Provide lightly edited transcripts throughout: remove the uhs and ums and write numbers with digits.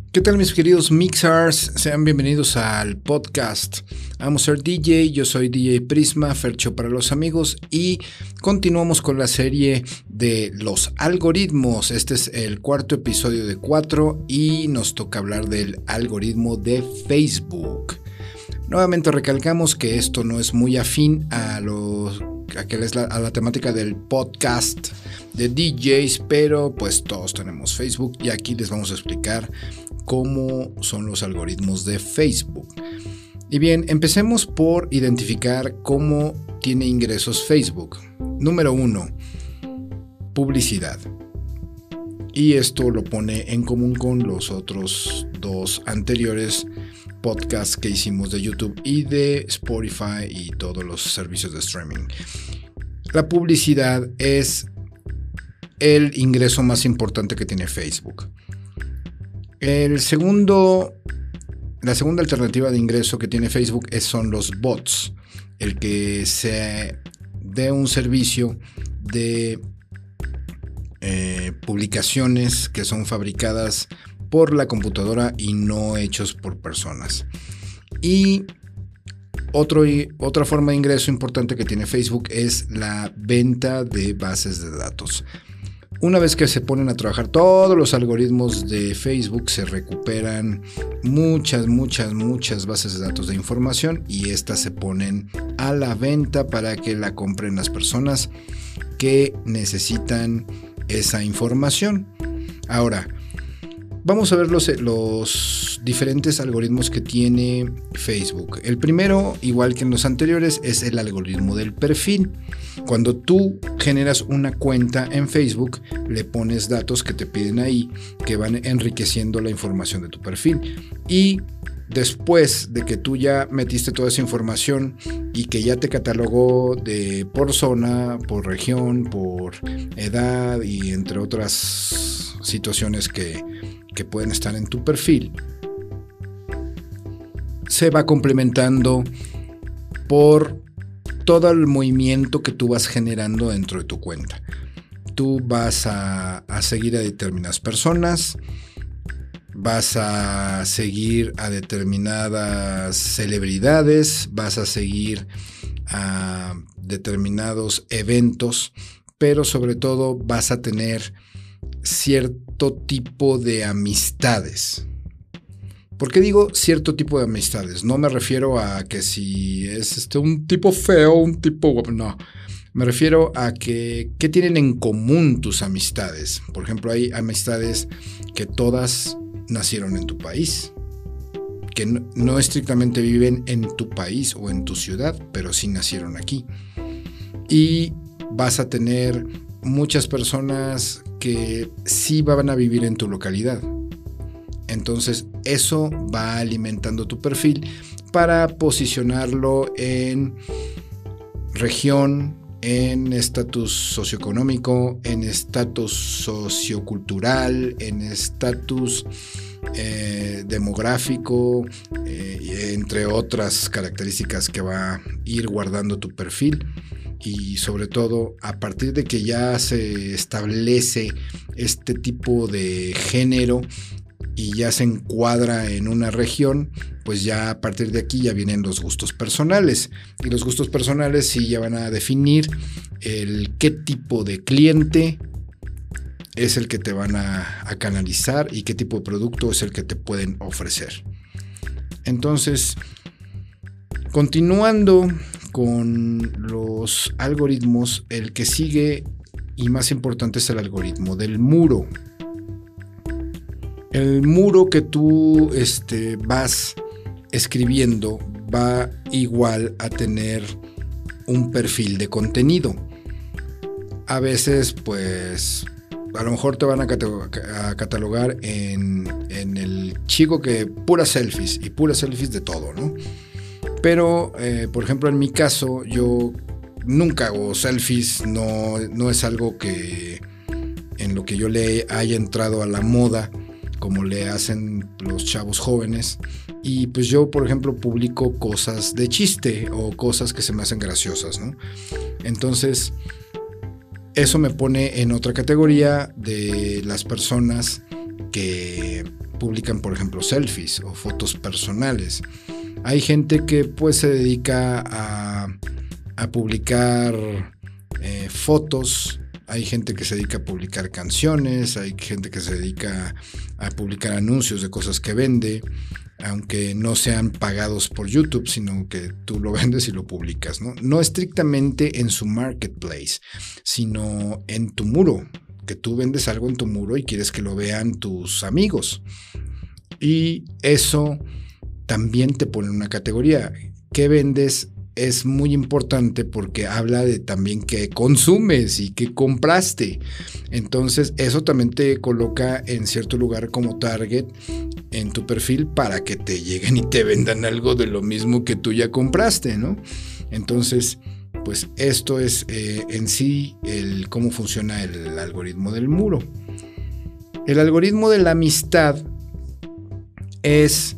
¿Qué tal, mis queridos Mixers? Sean bienvenidos al podcast. Vamos a ser DJ, yo soy DJ Prisma, Fercho para los amigos, y continuamos con la serie de los algoritmos. Este es el cuarto episodio de 4 y nos toca hablar del algoritmo de Facebook. Nuevamente recalcamos que esto no es muy afín a la temática del podcast de DJs, pero pues todos tenemos Facebook y aquí les vamos a explicar cómo son los algoritmos de Facebook. Y bien, empecemos por identificar cómo tiene ingresos Facebook. Número 1, publicidad. Y esto lo pone en común con los otros dos anteriores podcasts que hicimos de YouTube y de Spotify y todos los servicios de streaming. La publicidad es el ingreso más importante que tiene Facebook. La segunda alternativa de ingreso que tiene Facebook son los bots, el que se dé un servicio de publicaciones que son fabricadas por la computadora y no hechos por personas. Y otra forma de ingreso importante que tiene Facebook es la venta de bases de datos. Una vez que se ponen a trabajar todos los algoritmos de Facebook, se recuperan muchas bases de datos de información y estas se ponen a la venta para que la compren las personas que necesitan esa información. Ahora, vamos a ver los diferentes algoritmos que tiene Facebook. El primero, igual que en los anteriores, es el algoritmo del perfil. Cuando tú generas una cuenta en Facebook, le pones datos que te piden ahí, que van enriqueciendo la información de tu perfil. Y después de que tú ya metiste toda esa información y que ya te catalogó por zona, por región, por edad y entre otras situaciones que pueden estar en tu perfil, se va complementando por todo el movimiento que tú vas generando dentro de tu cuenta. Tú vas a seguir a determinadas personas, vas a seguir a determinadas celebridades, vas a seguir a determinados eventos, pero sobre todo vas a tener cierto tipo de amistades. ¿Por qué digo cierto tipo de amistades? No me refiero a que si es un tipo feo, un tipo guapo, no. Me refiero a qué tienen en común tus amistades. Por ejemplo, hay amistades que todas nacieron en tu país, que no estrictamente viven en tu país o en tu ciudad, pero sí nacieron aquí. Y vas a tener muchas personas que sí van a vivir en tu localidad. Entonces eso va alimentando tu perfil para posicionarlo en región, en estatus socioeconómico, en estatus sociocultural, en estatus demográfico, entre otras características que va a ir guardando tu perfil. Y sobre todo, a partir de que ya se establece este tipo de género y ya se encuadra en una región, pues ya a partir de aquí ya vienen los gustos personales. Y los gustos personales sí ya van a definir qué tipo de cliente es el que te van a canalizar y qué tipo de producto es el que te pueden ofrecer. Entonces, continuando con los algoritmos, el que sigue y más importante es el algoritmo del muro. El muro que tú vas escribiendo va igual a tener un perfil de contenido. A veces, pues, a lo mejor te van a catalogar en el chico que puras selfies de todo, ¿no? Pero, por ejemplo, en mi caso, yo nunca hago selfies, no es algo que en lo que yo le haya entrado a la moda, como le hacen los chavos jóvenes. Y pues yo, por ejemplo, publico cosas de chiste o cosas que se me hacen graciosas, ¿no? Entonces, eso me pone en otra categoría de las personas que publican, por ejemplo, selfies o fotos personales. Hay gente que pues se dedica a publicar fotos. Hay gente que se dedica a publicar canciones. Hay gente que se dedica a publicar anuncios de cosas que vende, aunque no sean pagados por YouTube, sino que tú lo vendes y lo publicas, ¿no? No estrictamente en su marketplace, sino en tu muro, que tú vendes algo en tu muro y quieres que lo vean tus amigos. Y eso también te pone en una categoría. ¿Qué vendes? Es muy importante porque habla de también qué consumes y qué compraste. Entonces eso también te coloca en cierto lugar como target en tu perfil para que te lleguen y te vendan algo de lo mismo que tú ya compraste, ¿no? Entonces, pues esto es en sí cómo funciona el algoritmo del muro. El algoritmo de la amistad es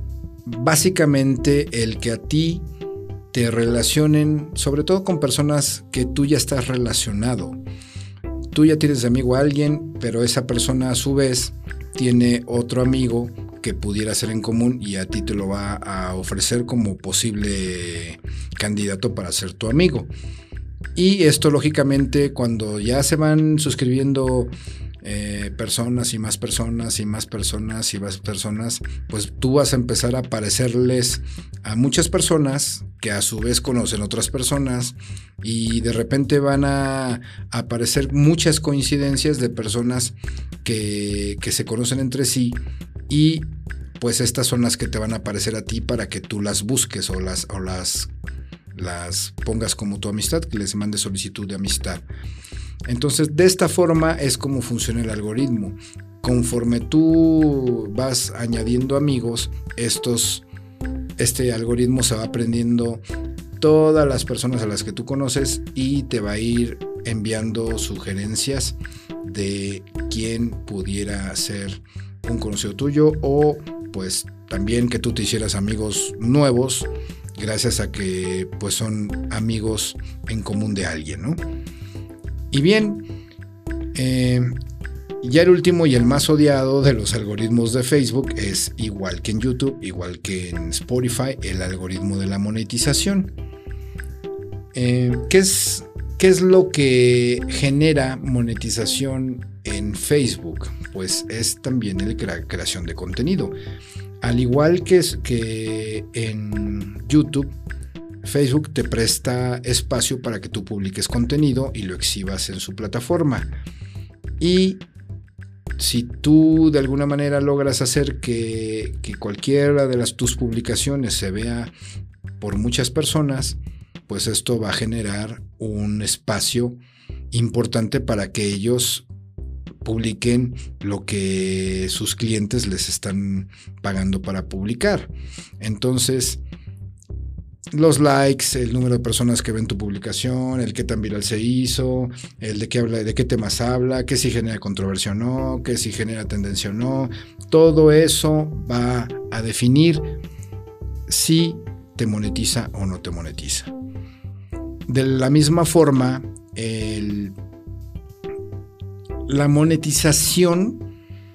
básicamente el que a ti te relacionen, sobre todo con personas que tú ya estás relacionado. Tú ya tienes de amigo a alguien, pero esa persona a su vez tiene otro amigo que pudiera ser en común y a ti te lo va a ofrecer como posible candidato para ser tu amigo. Y esto lógicamente cuando ya se van suscribiendo personas y más personas y más personas y más personas, pues tú vas a empezar a parecerles a muchas personas que a su vez conocen otras personas y de repente van a aparecer muchas coincidencias de personas que se conocen entre sí y pues estas son las que te van a aparecer a ti para que tú las busques o las pongas como tu amistad, que les mandes solicitud de amistad. Entonces, de esta forma es como funciona el algoritmo. Conforme tú vas añadiendo amigos, este algoritmo se va aprendiendo todas las personas a las que tú conoces y te va a ir enviando sugerencias de quién pudiera ser un conocido tuyo o pues también que tú te hicieras amigos nuevos gracias a que pues son amigos en común de alguien, ¿no? Y bien, ya el último y el más odiado de los algoritmos de Facebook es, igual que en YouTube, igual que en Spotify, el algoritmo de la monetización. ¿Qué es lo que genera monetización en Facebook? Pues es también la creación de contenido. Al igual que en YouTube, Facebook te presta espacio para que tú publiques contenido y lo exhibas en su plataforma. Y si tú de alguna manera logras hacer que cualquiera de tus publicaciones se vea por muchas personas, pues esto va a generar un espacio importante para que ellos publiquen lo que sus clientes les están pagando para publicar. Entonces, los likes, el número de personas que ven tu publicación, el qué tan viral se hizo, el de qué habla, de qué temas habla, que si genera controversia o no, que si genera tendencia o no, todo eso va a definir si te monetiza o no te monetiza. De la misma forma, la monetización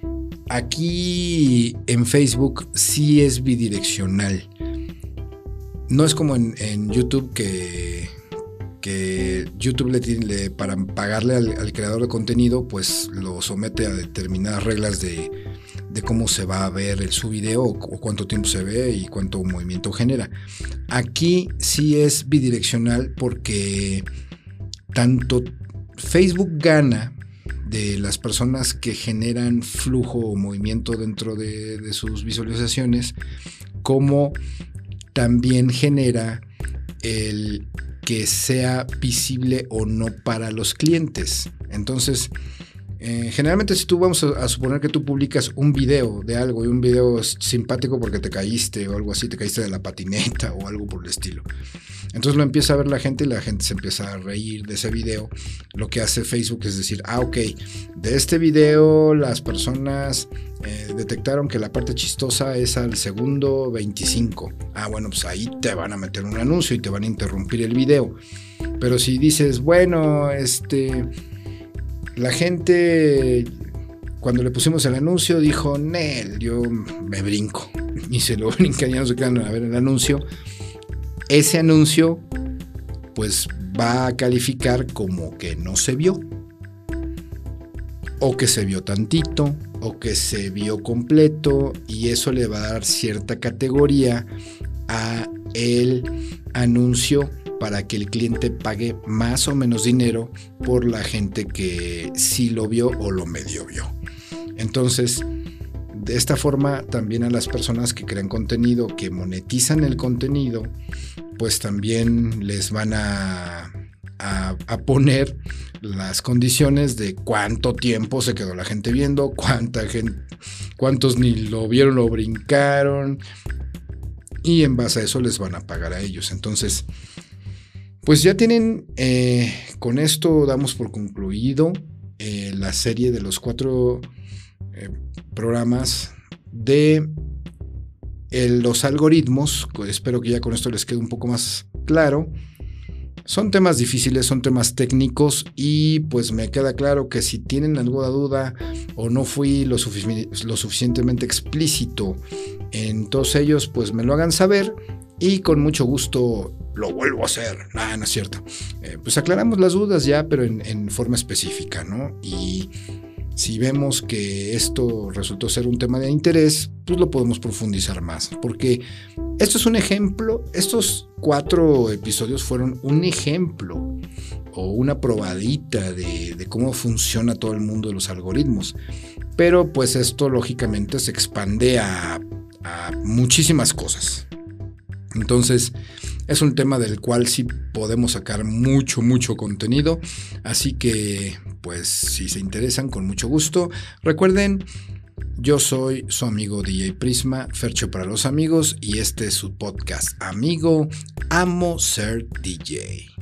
aquí en Facebook sí es bidireccional. No es como en YouTube que YouTube para pagarle al creador de contenido, pues lo somete a determinadas reglas de cómo se va a ver su video o cuánto tiempo se ve y cuánto movimiento genera. Aquí sí es bidireccional porque tanto Facebook gana de las personas que generan flujo o movimiento dentro de sus visualizaciones, como también genera el que sea visible o no para los clientes. Entonces, generalmente si tú vamos a suponer que tú publicas un video de algo y un video simpático porque te caíste o algo así, te caíste de la patineta o algo por el estilo. Entonces lo empieza a ver la gente y la gente se empieza a reír de ese video. Lo que hace Facebook es decir, ok, de este video las personas detectaron que la parte chistosa es al segundo 25. Bueno, pues ahí te van a meter un anuncio y te van a interrumpir el video. Pero si dices, bueno, la gente cuando le pusimos el anuncio dijo, Nel, yo me brinco. Y se lo brincan, ya no se quedan a ver el anuncio. Ese anuncio pues va a calificar como que no se vio, o que se vio tantito, o que se vio completo, y eso le va a dar cierta categoría a el anuncio para que el cliente pague más o menos dinero por la gente que sí lo vio o lo medio vio. Entonces, de esta forma, también a las personas que crean contenido, que monetizan el contenido, pues también les van a poner las condiciones de cuánto tiempo se quedó la gente viendo, cuántos ni lo vieron, lo brincaron, y en base a eso les van a pagar a ellos. Entonces, pues ya tienen, con esto damos por concluido la serie de los 4 programas de los algoritmos. Espero que ya con esto les quede un poco más claro. Son temas difíciles, son temas técnicos, y pues me queda claro que si tienen alguna duda o no fui lo suficientemente explícito en todos ellos, pues me lo hagan saber y con mucho gusto lo vuelvo a hacer. No es cierto. Pues aclaramos las dudas ya, pero en forma específica, ¿no? Y si vemos que esto resultó ser un tema de interés, pues lo podemos profundizar más, porque esto es un ejemplo. Estos 4 episodios fueron un ejemplo o una probadita de cómo funciona todo el mundo de los algoritmos, pero pues esto lógicamente se expande a muchísimas cosas. Entonces es un tema del cual sí podemos sacar mucho contenido, así que pues si se interesan, con mucho gusto. Recuerden, yo soy su amigo DJ Prisma, Fercho para los amigos, y este es su podcast Amigo, Amo Ser DJ.